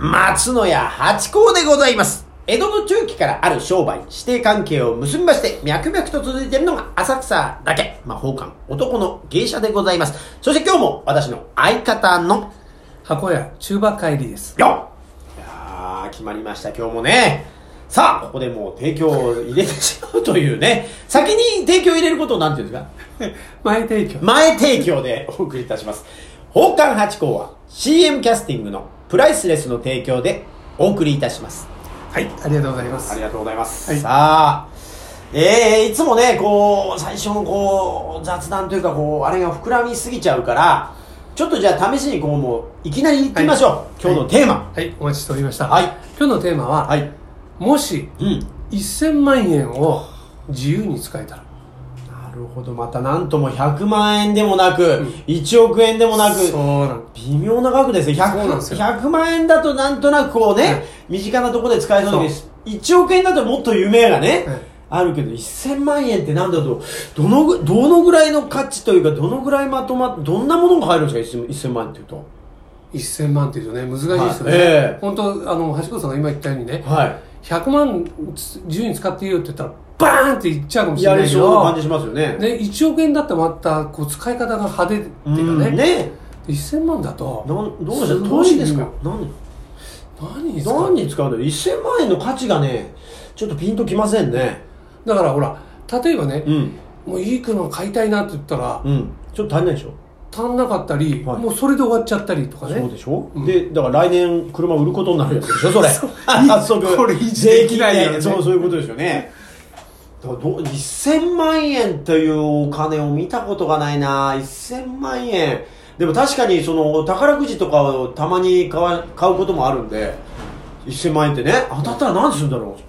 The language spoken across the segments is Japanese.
松野屋八甲でございます。江戸の中期からある商売、師弟関係を結びまして、脈々と続いているのが浅草だけ。宝冠、男の芸者でございます。そして今日も私の相方の箱屋中馬帰りです。 いやー、決まりました、今日もね。さあ、ここでもう提供を入れてしまうというね。先に提供入れることをなんていうんですか前提供。 前提供でお送りいたします。宝冠八甲は CM キャスティングのプライスレスの提供でお送りいたします。 はい、ありがとうございます。 ありがとうございます。 はい、 さあ、いつもね、こう、最初のこう、雑談というか、こう、あれが膨らみすぎちゃうから、ちょっとじゃあ試しにこう、もう、いきなり行ってみましょう。はい、今日のテーマ。 はい、お待ちしておりました。 はい。 今日のテーマは、 はい、 もし、1000万円を自由に使えたら。 なるほど。またなんとも100万円でもなく、1億円でもなく、 そうなん微妙な額ですね。100万円だとなんとなくこうね、身近なところで使えそうです。1億円だともっと夢がね、あるけど、1000万円ってなんだと、どのぐらいの価値というか、どのぐらいどんなものが入るんですか、1000万円っていうと。 1000万っていうとね、難しいですよね。本当、橋子さんが今言ったようにね、 はい、 100万自由に使っていいよって言ったら、バーンっていっちゃうかもしれないけど、 そうな感じしますよね。 ね、1億円だったらまたこう使い方が派手っていうかね、1000万だとどうでしょう、投資ですか？何に使うの？1000万円の価値がね、ちょっとピンときませんね。 だからほら、例えばね、もういい車買いたいなって言ったら、 ちょっと足んないでしょ？ 足んなかったり、もうそれで終わっちゃったりとかね。 そうでしょ、で、だから来年車売ることになるやつでしょ、それ。早速。 これ維持できないよね。 そういうことですよね。1000万円というお金を見たことがないな。1000万円。でも確かにその宝くじとかをたまに買うこともあるんで、1000万円ってね、当たったら何するんだろう。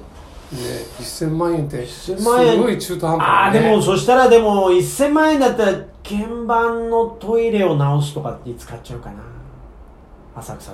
1000万円ってすごい中途半端だね。でもそしたら1000万円だったら鍵盤のトイレを直すとかって使っちゃうかな、浅草の。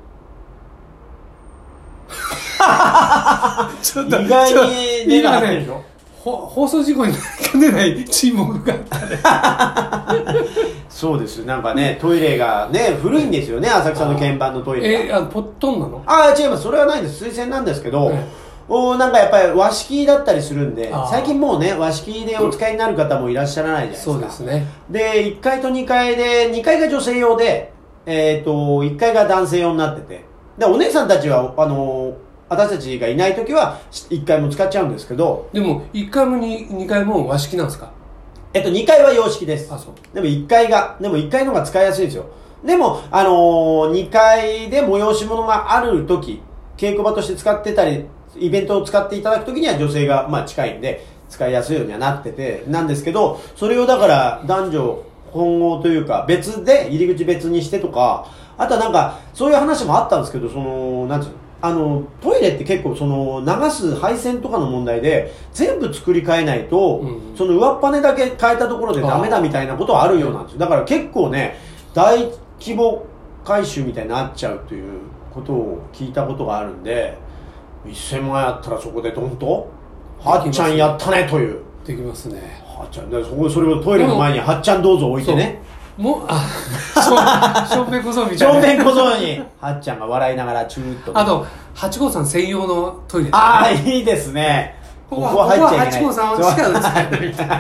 ちょっと意外に目が入ってるでしょ。 放送事故になりかねない沈黙があったね。 そうです。なんかね、トイレがね、古いんですよね、浅草の鍵盤のトイレが。 ポットンなの？ 違います。それはないんです。水洗なんですけど、なんかやっぱり和式だったりするんで、最近もうね、和式でお使いになる方もいらっしゃらないじゃないですか。 そうですね。 で、1階と2階で、2階が女性用で、1階が男性用になってて、で、お姉さんたちは、私たちがいないときは、1階も使っちゃうんですけど。 でも、1階も2階も和式なんですか ？2階は洋式です。 そう。 でも1階の方が使いやすいんですよ。でも、2階で催し物があるとき、稽古場として使ってたり、イベントを使っていただくときには女性が、近いんで、使いやすいようにはなってて、なんですけど、それをだから男女混合というか、別で、入り口別にしてとか、あとはなんか、そういう話もあったんですけど、なんつうの、トイレって結構流す配線とかの問題で全部作り変えないと、その上っぱねだけ変えたところでダメだみたいなことはあるようなんですよ。だから結構ね、大規模改修みたいになっちゃうということを聞いたことがあるんで、1000万円あったらそこでドンとはっちゃんやったねという。 できますね。 はっちゃん、それをトイレの前にはっちゃんどうぞ置いてね。 もう、ションペン小僧みたいな。 ションペン小僧に、はっちゃんが笑いながらチューッと。 あと、八号さん専用のトイレ。 いいですね。 ここは入っちゃいけない。八号さんしか映って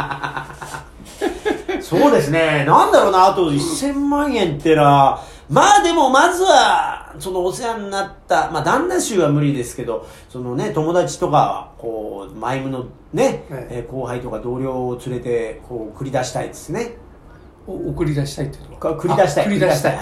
ない。そうですね。なんだろうな、あと1000万円ってな、でもまずは、お世話になった、旦那衆は無理ですけど、友達とか、マイムのね、後輩とか同僚を連れて、繰り出したいですね。 送り出したいっていうのは繰り出したい。 繰り出したい。 はい。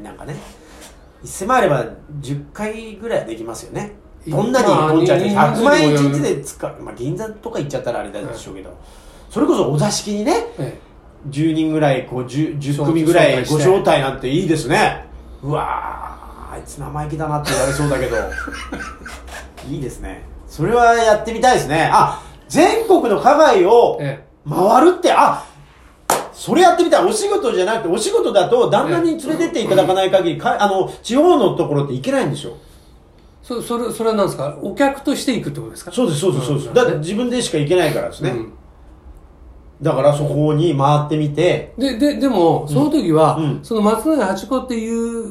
なんかね。1000万あれば10回ぐらいはできますよね。どんなに取っちゃって100万円1日で使う。銀座とか行っちゃったらあれでしょうけど。それこそお座敷にね、10人ぐらい、10組ぐらいご招待なんていいですね。うわー、あいつ生意気だなって言われそうだけど。いいですね。それはやってみたいですね。全国の花街を回るって、それやってみたい。お仕事じゃなくて、お仕事だと旦那に連れてっていただかない限り、地方のところって行けないんですよ。 それは何ですか？お客として行くってことですか？ そうです。だって自分でしか行けないからですね。だからそこに回ってみて。 でも、その時は、その松永八子っていう、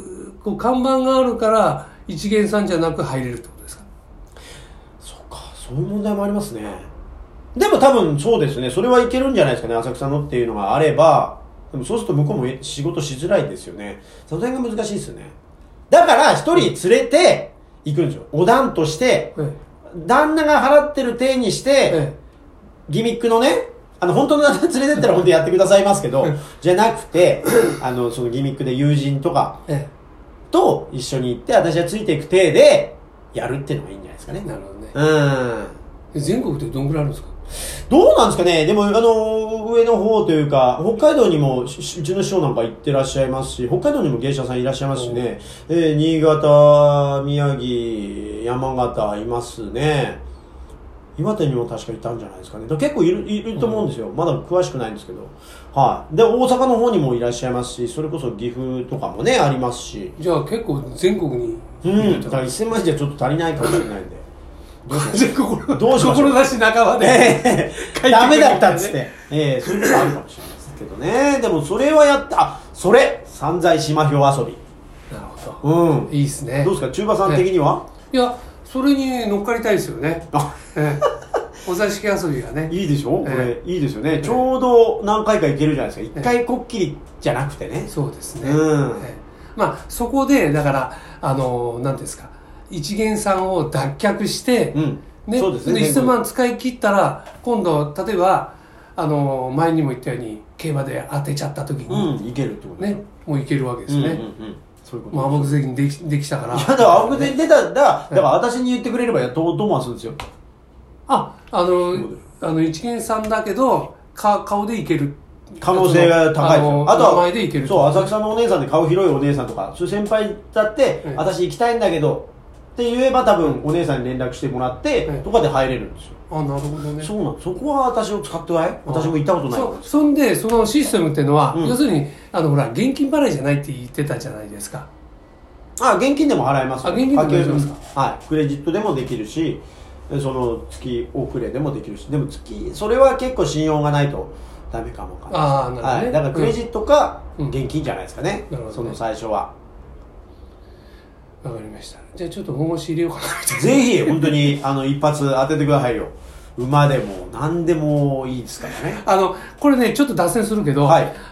こう看板があるから一元さんじゃなく入れるってことですか？ そうか、そういう問題もありますね。でも多分そうですね、それはいけるんじゃないですかね、浅草のっていうのがあれば。でもそうすると向こうも仕事しづらいですよね。その辺が難しいですよね。だから一人連れて行くんですよ。お団として、旦那が払ってる体にして、ギミックのね、本当の旦那連れてったら本当にやってくださいますけど、じゃなくて、そのギミックで友人とかと一緒に行って、私はついていく体でやるっていうのがいいんじゃないですかね。 なるほどね。全国ってどんぐらいあるんですか？ どうなんですかね。でも、上の方というか、北海道にも、うちの師匠なんか行ってらっしゃいますし、北海道にも芸者さんいらっしゃいますしね、新潟、宮城、山形いますね。岩手にも確かいたんじゃないですかね。だから結構いると思うんですよ。まだ詳しくないんですけど。はい。で、大阪の方にもいらっしゃいますし、それこそ岐阜とかもね、ありますし。 じゃあ結構全国に。 だから1000万じゃちょっと足りないかもしれないんで。 どうしましょう。志半ばで、 ダメだったっつって。そういうことあるかもしれないですけどね。でもそれはやった。それ散財島表遊び。 なるほど。いいですね。 どうですか、中馬さん的には？ いや、それに乗っかりたいですよね。お座敷遊びがね。 いいでしょこれ、いいですよね。ちょうど何回か行けるじゃないですか。一回こっきりじゃなくてね。 そうですね。まあ、そこで、だから、何ですか。一元さんを脱却して、 そうですね。 1000万使い切ったら、今度、例えば、前にも言ったように、競馬で当てちゃった時に、 いけるってことね、もういけるわけですね。 そういうこと。 天国関にできたから。 いや、だから天国関出たら、だから私に言ってくれればどう回すんですよ。 一元さんだけど、顔でいける。 可能性が高いですよ。あとは、 名前でいける。 そう、浅草のお姉さんで顔広いお姉さんとか、そういう先輩だって、私行きたいんだけど、って言えば多分お姉さんに連絡してもらって、とかで入れるんですよ。 なるほどね。 そうなん、そこは私を使ってない？私も行ったことない。 そんで、そのシステムっていうのは、要するに、ほら、現金払いじゃないって言ってたじゃないですか。 現金でも払えます。 現金でも払えますか？ はい。クレジットでもできるし、その月遅れでもできるし、でもそれは結構信用がないとダメかもかな。 なるほどね。 はい。だからクレジットか現金じゃないですかね。その最初は。 わかりました。じゃあちょっと本腰入れようかな。 ぜひ、本当に、一発当ててくださいよ。馬でも何でもいいですからね。 これね、ちょっと脱線するけど、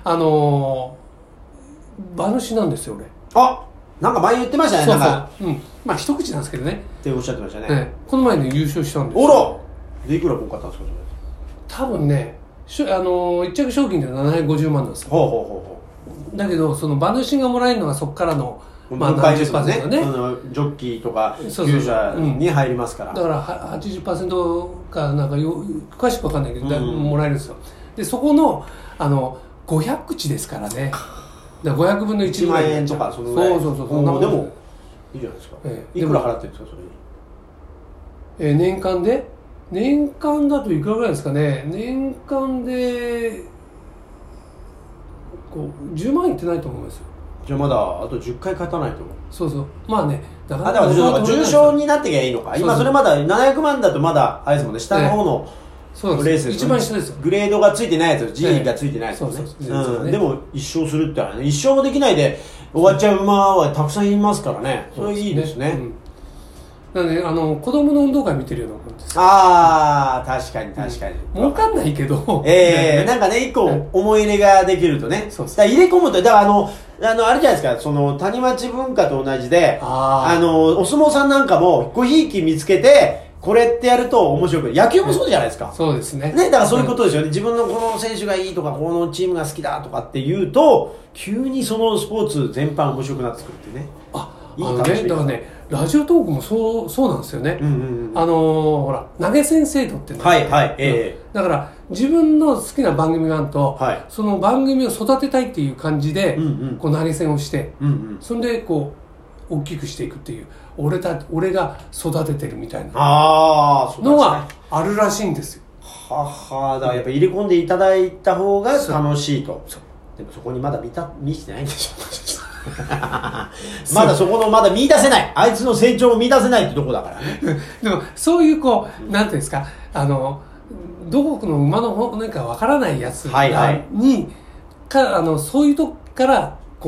馬主なんですよ、俺。 なんか前言ってましたね、なんか。 まあ、一口なんですけどね。 っておっしゃってましたね。 この前ね、優勝したんですよ。おらで、いくら儲かったんですか、 多分ね、一着賞金で750万なんですよ。だけど、その馬主がもらえるのがそこからの、 まあ、何十%ね。ジョッキーとか、厩舎に入りますから。 だから、80% か、なんか詳しくわかんないけど、もらえるんですよ。で、そこの、500口ですからね。だから500分の1 ぐらい。1万円とか、そのぐらい。 そう。 でも、いいじゃないですか。いくら払ってるんですか、それに。 年間だといくらぐらいですかね。年間で、10万いってないと思いますよ。 じゃあまだあと10回勝たないと。 そう。まあね、 だから重賞になってきゃいいのか。今それまだ700万だとまだあれですもんね、下の方のレース一番下ですよ。 グレードがついてないやつ、G がついてないやつね。でも一勝するってね、一勝もできないで終わっちゃう馬はたくさんいますからね。それいいですね。 なので子供の運動会見てるようなもんです。 確かに。 儲かんないけど。 なんかね、一個思い入れができるとね。入れ込むと、だからあれじゃないですか、その、谷町文化と同じで、お相撲さんなんかも、ごひいき見つけて、これってやると面白く、野球もそうじゃないですか。 そうですね。 だからそういうことですよね。自分のこの選手がいいとか、このチームが好きだとかって言うと、急にそのスポーツ全般面白くなってくるってね。 だからね、ラジオトークもそうなんですよね。ほら、投げ銭制度ってね。だから、自分の好きな番組があると、その番組を育てたいっていう感じで、投げ銭をして、それで、大きくしていくっていう、俺が育ててるみたいなのがあるらしいんですよ。 だからやっぱ入れ込んでいただいた方が楽しいと。でもそこにまだ見せてないんでしょ。まだそこのまだ見出せない、あいつの成長を見出せないってとこだからね。 でもそういうなんていうんですか、どこの馬の骨かわからないやつにそういうとこから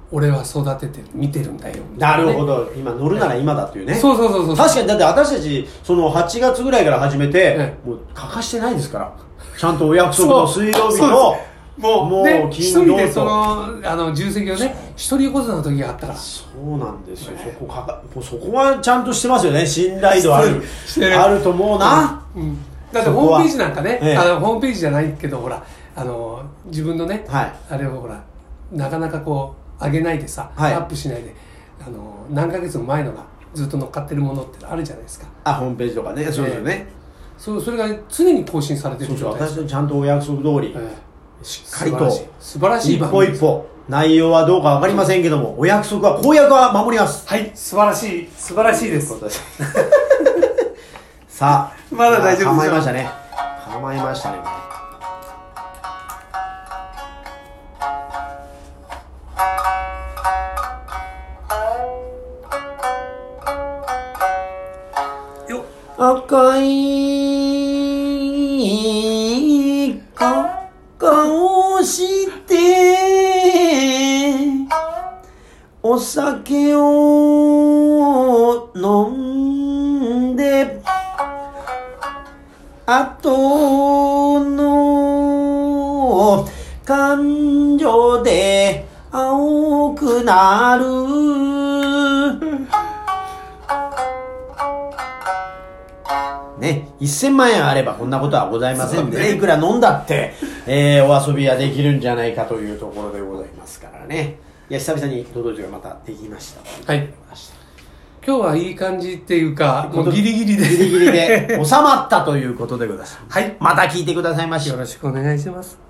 俺は育てて見てるんだよ、 なるほど、今乗るなら今だっていうね。 そうそうそうそう。 確かに、だって私たちその8月ぐらいから始めて、もう欠かしてないですから、ちゃんとお約束の水曜日ともう一人でその重責をね、一人横綱の時があったから。 そうなんですよ、そこはちゃんとしてますよね。信頼度あると思うな、 だってホームページなんかね、ホームページじゃないけどほら自分のね、あれをほらなかなかこう上げないでさ、アップしないで何ヶ月も前のがずっと乗っかってるものってあるじゃないですか。 ホームページとかね。そうですよね。 それが常に更新されてる状態です。 私はちゃんとお約束通り、しっかりと素晴らしい一歩一歩、内容はどうか分かりませんけども、お約束は公約は守ります。 はい、素晴らしいです。 さあ、 まだ大丈夫ですよ。 構えましたね。構えましたね。赤い顔してお酒を飲んで後の感情で青くなるね、1000万円あればこんなことはございませんで、いくら飲んだって、お遊びはできるんじゃないかというところでございますからね。いや、久々にドドジがまたできました。 はい。今日はいい感じっていうか、もうギリギリで収まったということでございます。 はい。 また聞いてくださいまし。 よろしくお願いします。